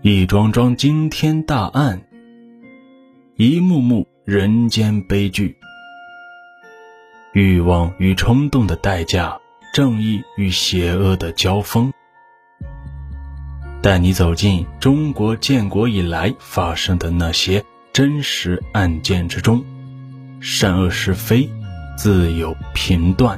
一桩桩惊天大案，一幕幕人间悲剧，欲望与冲动的代价，正义与邪恶的交锋。带你走进中国建国以来发生的那些真实案件之中，善恶是非自有评断。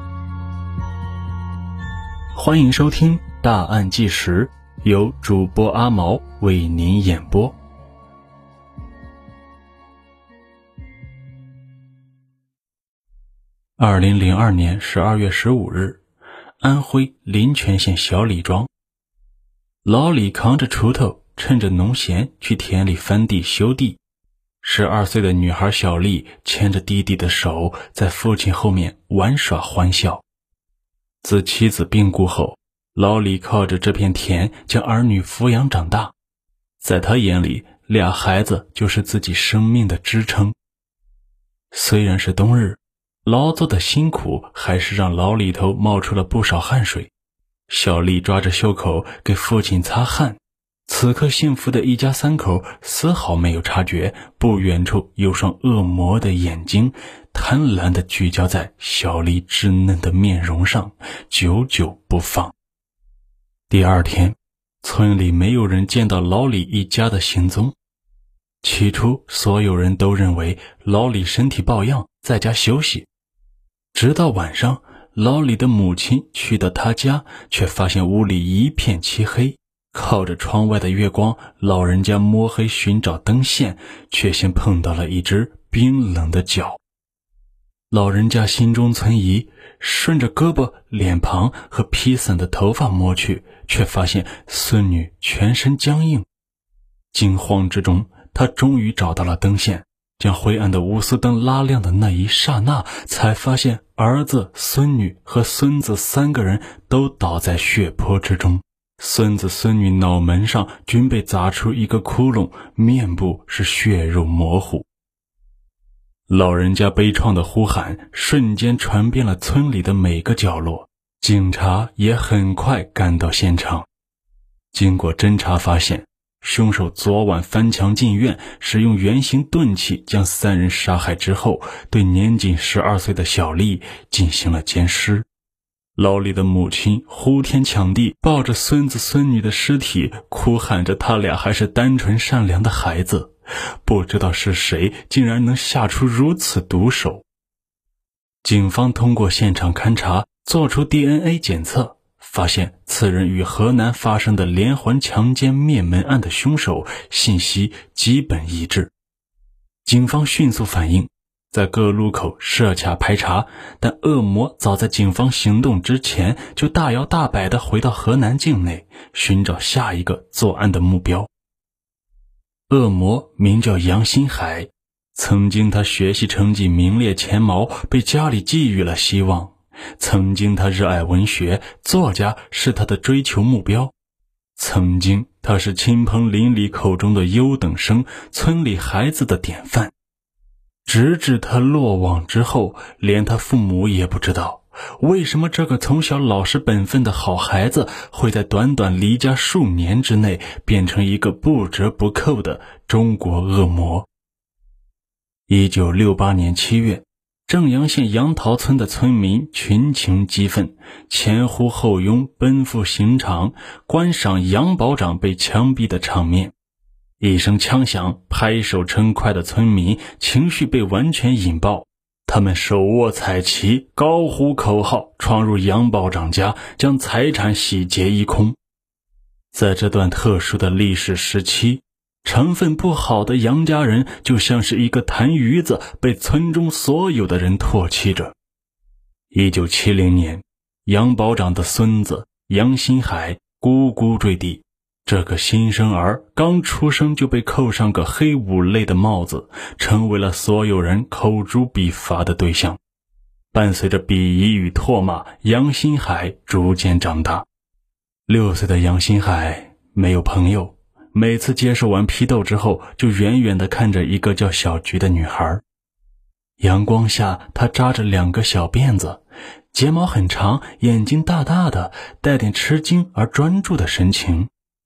欢迎收听大案纪实，由主播阿毛为您演播。2002年12月15日，安徽临泉县小李庄，老李扛着锄头，趁着农闲去田里翻地修地。12岁的女孩小丽牵着弟弟的手，在父亲后面玩耍欢笑。自妻子病故后，老李靠着这片田将儿女抚养长大，在他眼里，俩孩子就是自己生命的支撑。虽然是冬日，劳作的辛苦还是让老李头冒出了不少汗水。小丽抓着袖口给父亲擦汗，此刻幸福的一家三口丝毫没有察觉，不远处有双恶魔的眼睛贪婪地聚焦在小丽稚嫩的面容上，久久不放。第二天，村里没有人见到老李一家的行踪。起初，所有人都认为老李身体抱恙，在家休息。直到晚上，老李的母亲去到他家，却发现屋里一片漆黑。靠着窗外的月光，老人家摸黑寻找灯线，却先碰到了一只冰冷的脚。老人家心中存疑，顺着胳膊、脸庞和披散的头发摸去，却发现孙女全身僵硬。惊慌之中，他终于找到了灯线，将灰暗的钨丝灯拉亮的那一刹那，才发现儿子、孙女和孙子三个人都倒在血泊之中。孙子孙女脑门上均被砸出一个窟窿，面部是血肉模糊。老人家悲怆的呼喊瞬间传遍了村里的每个角落，警察也很快赶到现场。经过侦查发现，凶手昨晚翻墙进院，使用圆形钝器将三人杀害之后，对年仅12岁的小丽进行了奸尸。老李的母亲呼天抢地，抱着孙子孙女的尸体，哭喊着他俩还是单纯善良的孩子。不知道是谁竟然能下出如此毒手。警方通过现场勘查，做出 DNA 检测，发现此人与河南发生的连环强奸灭门案的凶手信息基本一致。警方迅速反应，在各路口设卡排查，但恶魔早在警方行动之前就大摇大摆地回到河南境内，寻找下一个作案的目标。恶魔名叫杨新海，曾经他学习成绩名列前茅，被家里寄予了希望。曾经他热爱文学，作家是他的追求目标。曾经他是亲朋邻里口中的优等生，村里孩子的典范。直至他落网之后，连他父母也不知道，为什么这个从小老实本分的好孩子，会在短短离家数年之内，变成一个不折不扣的中国恶魔。1968年7月，正阳县杨桃村的村民群情激愤，前呼后拥奔赴刑场，观赏杨保长被枪毙的场面。一声枪响，拍手称快的村民情绪被完全引爆，他们手握彩旗，高呼口号，闯入杨保长家，将财产洗劫一空。在这段特殊的历史时期，成分不好的杨家人就像是一个痰盂子，被村中所有的人唾弃着。1970年，杨保长的孙子杨新海咕咕坠地，这个新生儿刚出生就被扣上个黑五类的帽子，成为了所有人口诛笔伐的对象。伴随着鄙夷与唾骂，杨新海逐渐长大。6岁的杨新海没有朋友，每次接受完批斗之后，就远远地看着一个叫小菊的女孩。阳光下，她扎着2个小辫子，睫毛很长，眼睛大大的，带点吃惊而专注的神情。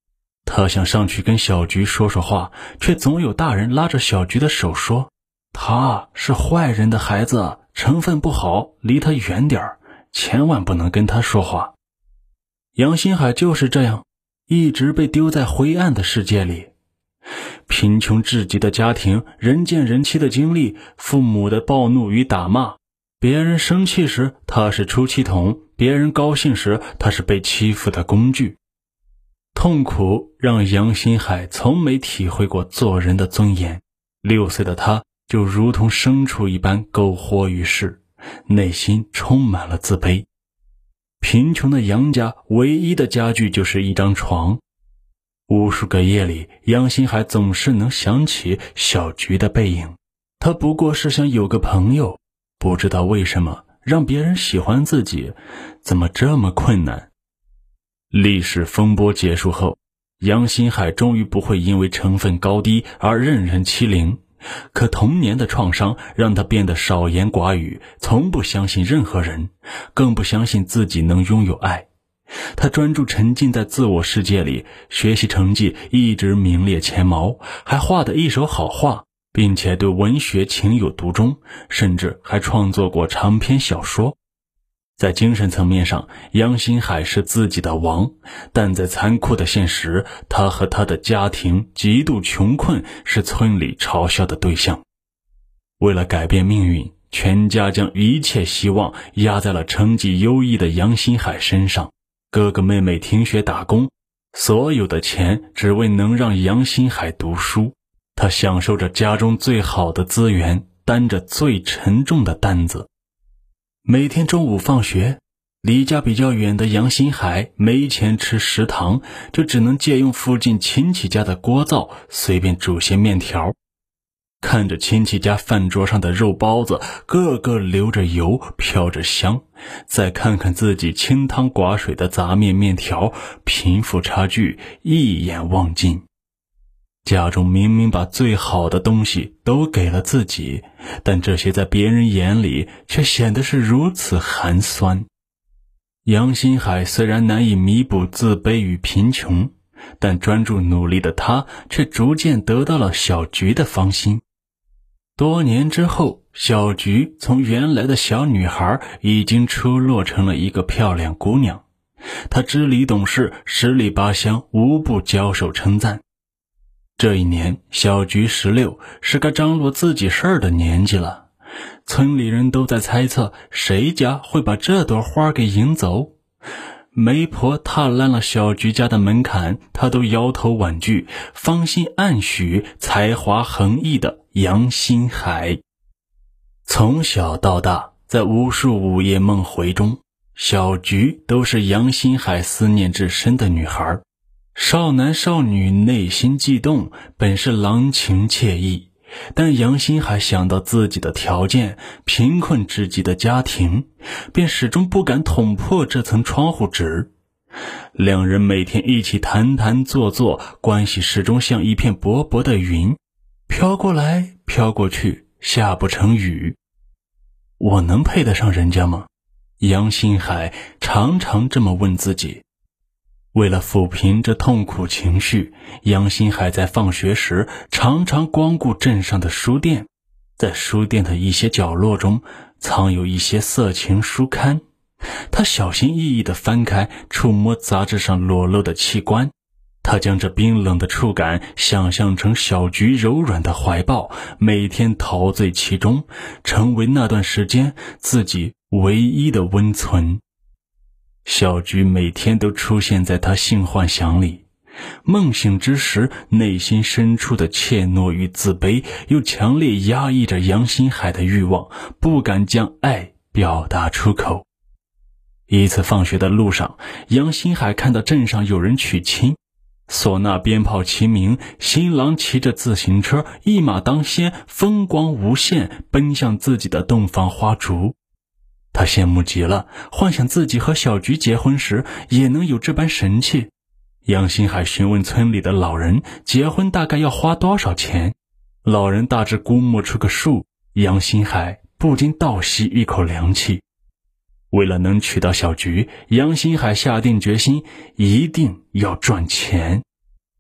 他想上去跟小菊说说话，却总有大人拉着小菊的手说，他是坏人的孩子，成分不好，离他远点儿，千万不能跟他说话。杨新海就是这样，一直被丢在灰暗的世界里。贫穷至极的家庭，人见人欺的经历，父母的暴怒与打骂，别人生气时他是出气筒，别人高兴时他是被欺负的工具。痛苦让杨新海从没体会过做人的尊严，6岁的他就如同牲畜一般苟活于世，内心充满了自卑。贫穷的杨家唯一的家具就是一张床，无数个夜里，杨新海总是能想起小菊的背影。他不过是想有个朋友，不知道为什么让别人喜欢自己，怎么这么困难。历史风波结束后，杨新海终于不会因为成分高低而任人欺凌，可童年的创伤让他变得少言寡语，从不相信任何人，更不相信自己能拥有爱。他专注沉浸在自我世界里，学习成绩一直名列前茅，还画得一手好画，并且对文学情有独钟，甚至还创作过长篇小说。在精神层面上，杨新海是自己的王，但在残酷的现实，他和他的家庭极度穷困，是村里嘲笑的对象。为了改变命运，全家将一切希望压在了成绩优异的杨新海身上，哥哥妹妹停学打工，所有的钱只为能让杨新海读书。他享受着家中最好的资源，担着最沉重的担子。每天中午放学，离家比较远的杨新海没钱吃食堂，就只能借用附近亲戚家的锅灶随便煮些面条。看着亲戚家饭桌上的肉包子个个流着油飘着香，再看看自己清汤寡水的杂面面条，贫富差距一眼望尽。家中明明把最好的东西都给了自己，但这些在别人眼里却显得是如此寒酸。杨新海虽然难以弥补自卑与贫穷，但专注努力的他却逐渐得到了小菊的芳心。多年之后，小菊从原来的小女孩已经出落成了一个漂亮姑娘，她知理懂事，十里八乡无不交手称赞。这一年，小菊16，是该张罗自己事儿的年纪了。村里人都在猜测谁家会把这朵花给引走。媒婆踏烂了小菊家的门槛，她都摇头婉拒，芳心暗许才华横溢的杨新海。从小到大，在无数午夜梦回中，小菊都是杨新海思念至深的女孩。少男少女内心悸动，本是郎情妾意，但杨新海想到自己的条件，贫困至极的家庭，便始终不敢捅破这层窗户纸。两人每天一起谈谈坐坐，关系始终像一片薄薄的云，飘过来飘过去，下不成雨。我能配得上人家吗？杨新海常常这么问自己。为了抚平这痛苦情绪，杨新海在放学时常常光顾镇上的书店，在书店的一些角落中藏有一些色情书刊，他小心翼翼地翻开，触摸杂志上裸露的器官。他将这冰冷的触感想象成小菊柔软的怀抱，每天陶醉其中，成为那段时间自己唯一的温存。小菊每天都出现在他性幻想里，梦醒之时，内心深处的怯懦与自卑又强烈压抑着杨新海的欲望，不敢将爱表达出口。一次放学的路上，杨新海看到镇上有人娶亲，唢呐鞭炮齐鸣，新郎骑着自行车一马当先，风光无限，奔向自己的洞房花烛。他羡慕极了，幻想自己和小菊结婚时也能有这般神气。杨新海询问村里的老人，结婚大概要花多少钱？老人大致估摸出个数，杨新海不禁倒吸一口凉气。为了能娶到小菊，杨新海下定决心，一定要赚钱。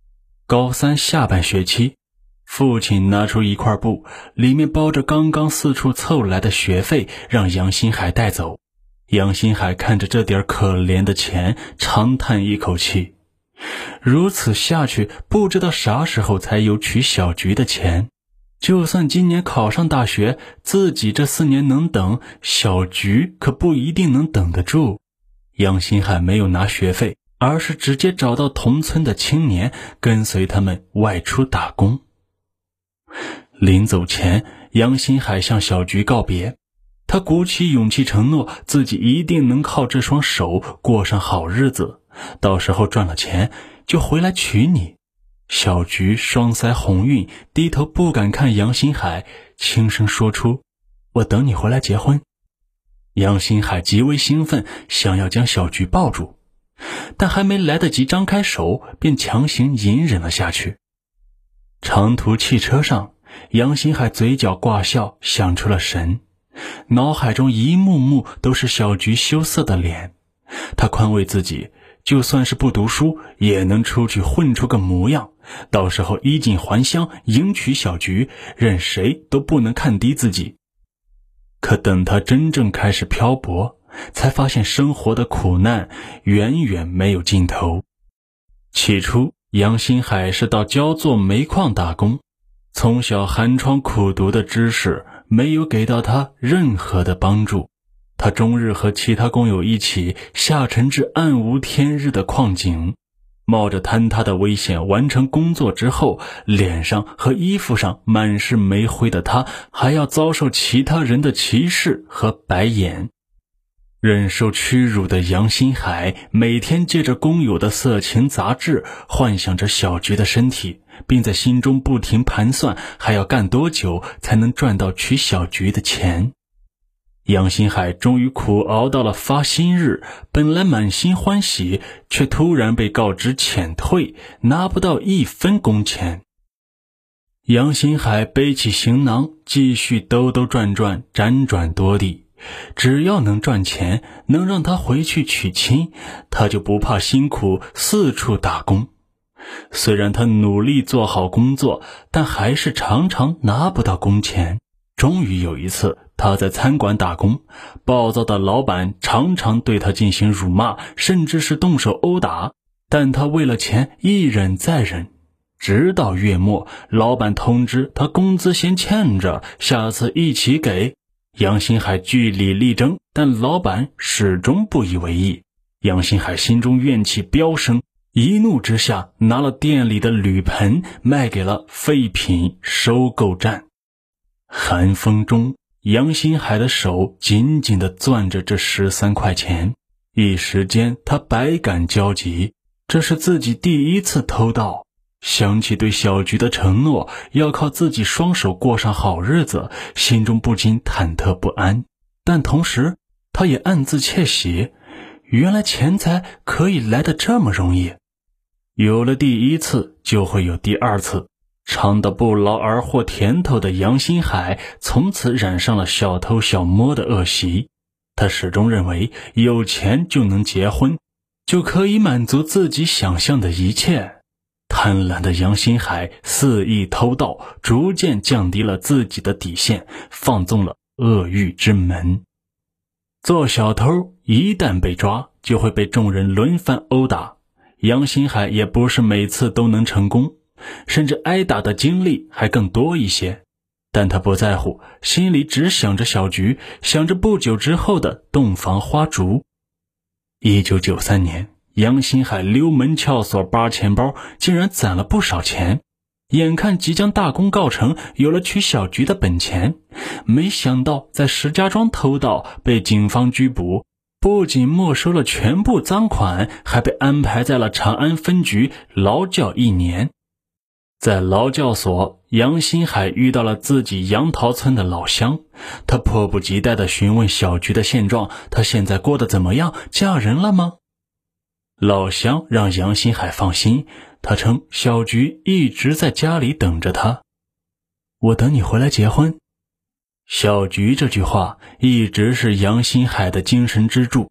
高三下半学期，父亲拿出一块布，里面包着刚刚四处凑来的学费，让杨新海带走。杨新海看着这点可怜的钱，长叹一口气。如此下去，不知道啥时候才有娶小菊的钱。就算今年考上大学，自己这4年能等，小菊可不一定能等得住。杨新海没有拿学费，而是直接找到同村的青年，跟随他们外出打工。临走前，杨新海向小菊告别，他鼓起勇气承诺自己一定能靠这双手过上好日子，到时候赚了钱就回来娶你。小菊双腮红晕，低头不敢看杨新海，轻声说出：我等你回来结婚。杨新海极为兴奋，想要将小菊抱住，但还没来得及张开手，便强行隐忍了下去。长途汽车上，杨新海嘴角挂笑，想出了神，脑海中一幕幕都是小菊羞涩的脸。他宽慰自己，就算是不读书，也能出去混出个模样，到时候衣锦还乡，迎娶小菊，任谁都不能看低自己。可等他真正开始漂泊，才发现生活的苦难远远没有尽头。起初，杨新海是到焦作煤矿打工，从小寒窗苦读的知识没有给到他任何的帮助。他终日和其他工友一起下沉至暗无天日的矿井，冒着坍塌的危险完成工作之后，脸上和衣服上满是煤灰的他，还要遭受其他人的歧视和白眼。忍受屈辱的杨新海每天借着工友的色情杂志幻想着小菊的身体，并在心中不停盘算还要干多久才能赚到娶小菊的钱。杨新海终于苦熬到了发薪日，本来满心欢喜，却突然被告知遣退，拿不到1分工钱。杨新海背起行囊，继续兜兜转转，辗转多地，只要能赚钱，能让他回去娶亲，他就不怕辛苦，四处打工。虽然他努力做好工作，但还是常常拿不到工钱。终于有一次，他在餐馆打工，暴躁的老板常常对他进行辱骂，甚至是动手殴打，但他为了钱一忍再忍，直到月末，老板通知他工资先欠着，下次一起给。杨新海据理力争，但老板始终不以为意。杨新海心中怨气飙升，一怒之下拿了店里的铝盆卖给了废品收购站。寒风中，杨新海的手紧紧地攥着这13块钱，一时间他百感交集。这是自己第一次偷盗，想起对小菊的承诺，要靠自己双手过上好日子，心中不禁忐忑不安。但同时，他也暗自窃喜，原来钱财可以来得这么容易。有了第一次，就会有第二次。尝到不劳而获甜头的杨新海，从此染上了小偷小摸的恶习。他始终认为有钱就能结婚，就可以满足自己想象的一切。贪婪的杨新海肆意偷盗，逐渐降低了自己的底线，放纵了恶欲之门。做小偷一旦被抓，就会被众人轮番殴打。杨新海也不是每次都能成功，甚至挨打的经历还更多一些，但他不在乎，心里只想着小菊，想着不久之后的洞房花烛。1993年，杨新海溜门撬锁扒钱包，竟然攒了不少钱，眼看即将大功告成，有了娶小菊的本钱，没想到在石家庄偷盗，被警方拘捕，不仅没收了全部赃款，还被安排在了长安分局劳教1年。在劳教所，杨新海遇到了自己杨桃村的老乡，他迫不及待地询问小菊的现状，她现在过得怎么样，嫁人了吗？老乡让杨新海放心，他称小菊一直在家里等着他，我等你回来结婚。小菊这句话一直是杨新海的精神支柱，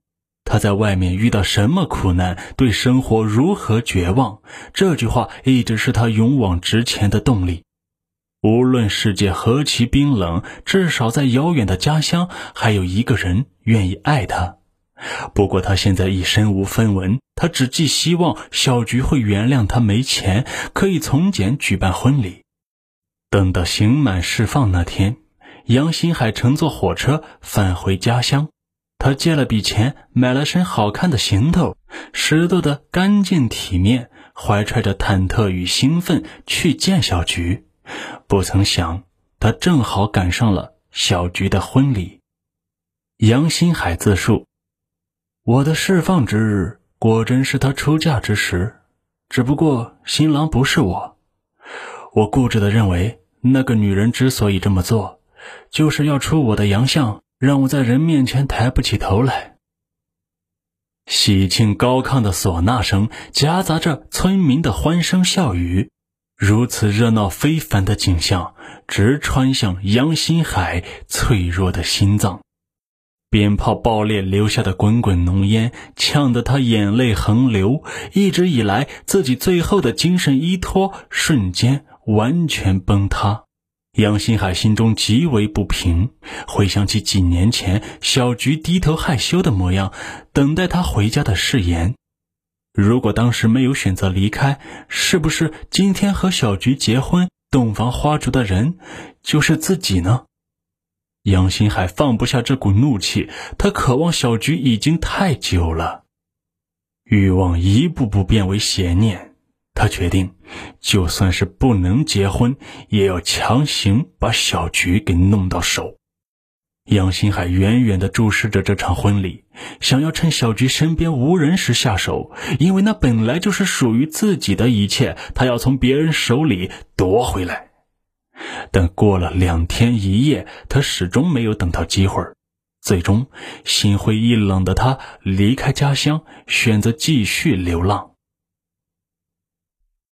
他在外面遇到什么苦难，对生活如何绝望，这句话一直是他勇往直前的动力。无论世界何其冰冷，至少在遥远的家乡还有一个人愿意爱他。不过他现在已身无分文，他只寄希望小菊会原谅他没钱，可以从简举办婚礼。等到刑满释放那天，杨新海乘坐火车返回家乡。他借了笔钱，买了身好看的行头，拾掇得干净体面，怀揣着忐忑与兴奋去见小菊。不曾想，他正好赶上了小菊的婚礼。杨新海自述：我的释放之日，果真是她出嫁之时，只不过新郎不是我。我固执地认为，那个女人之所以这么做，就是要出我的洋相，让我在人面前抬不起头来。喜庆高亢的唢呐声夹杂着村民的欢声笑语，如此热闹非凡的景象直穿向杨新海脆弱的心脏。鞭炮爆裂留下的滚滚浓烟呛得他眼泪横流，一直以来自己最后的精神依托瞬间完全崩塌。杨新海心中极为不平，回想起几年前小菊低头害羞的模样，等待他回家的誓言。如果当时没有选择离开，是不是今天和小菊结婚洞房花烛的人就是自己呢？杨新海放不下这股怒气，他渴望小菊已经太久了。欲望一步步变为邪念，他决定就算是不能结婚，也要强行把小菊给弄到手。杨新海远远地注视着这场婚礼，想要趁小菊身边无人时下手，因为那本来就是属于自己的一切，他要从别人手里夺回来。但过了2天1夜，他始终没有等到机会，最终心灰意冷的他离开家乡，选择继续流浪。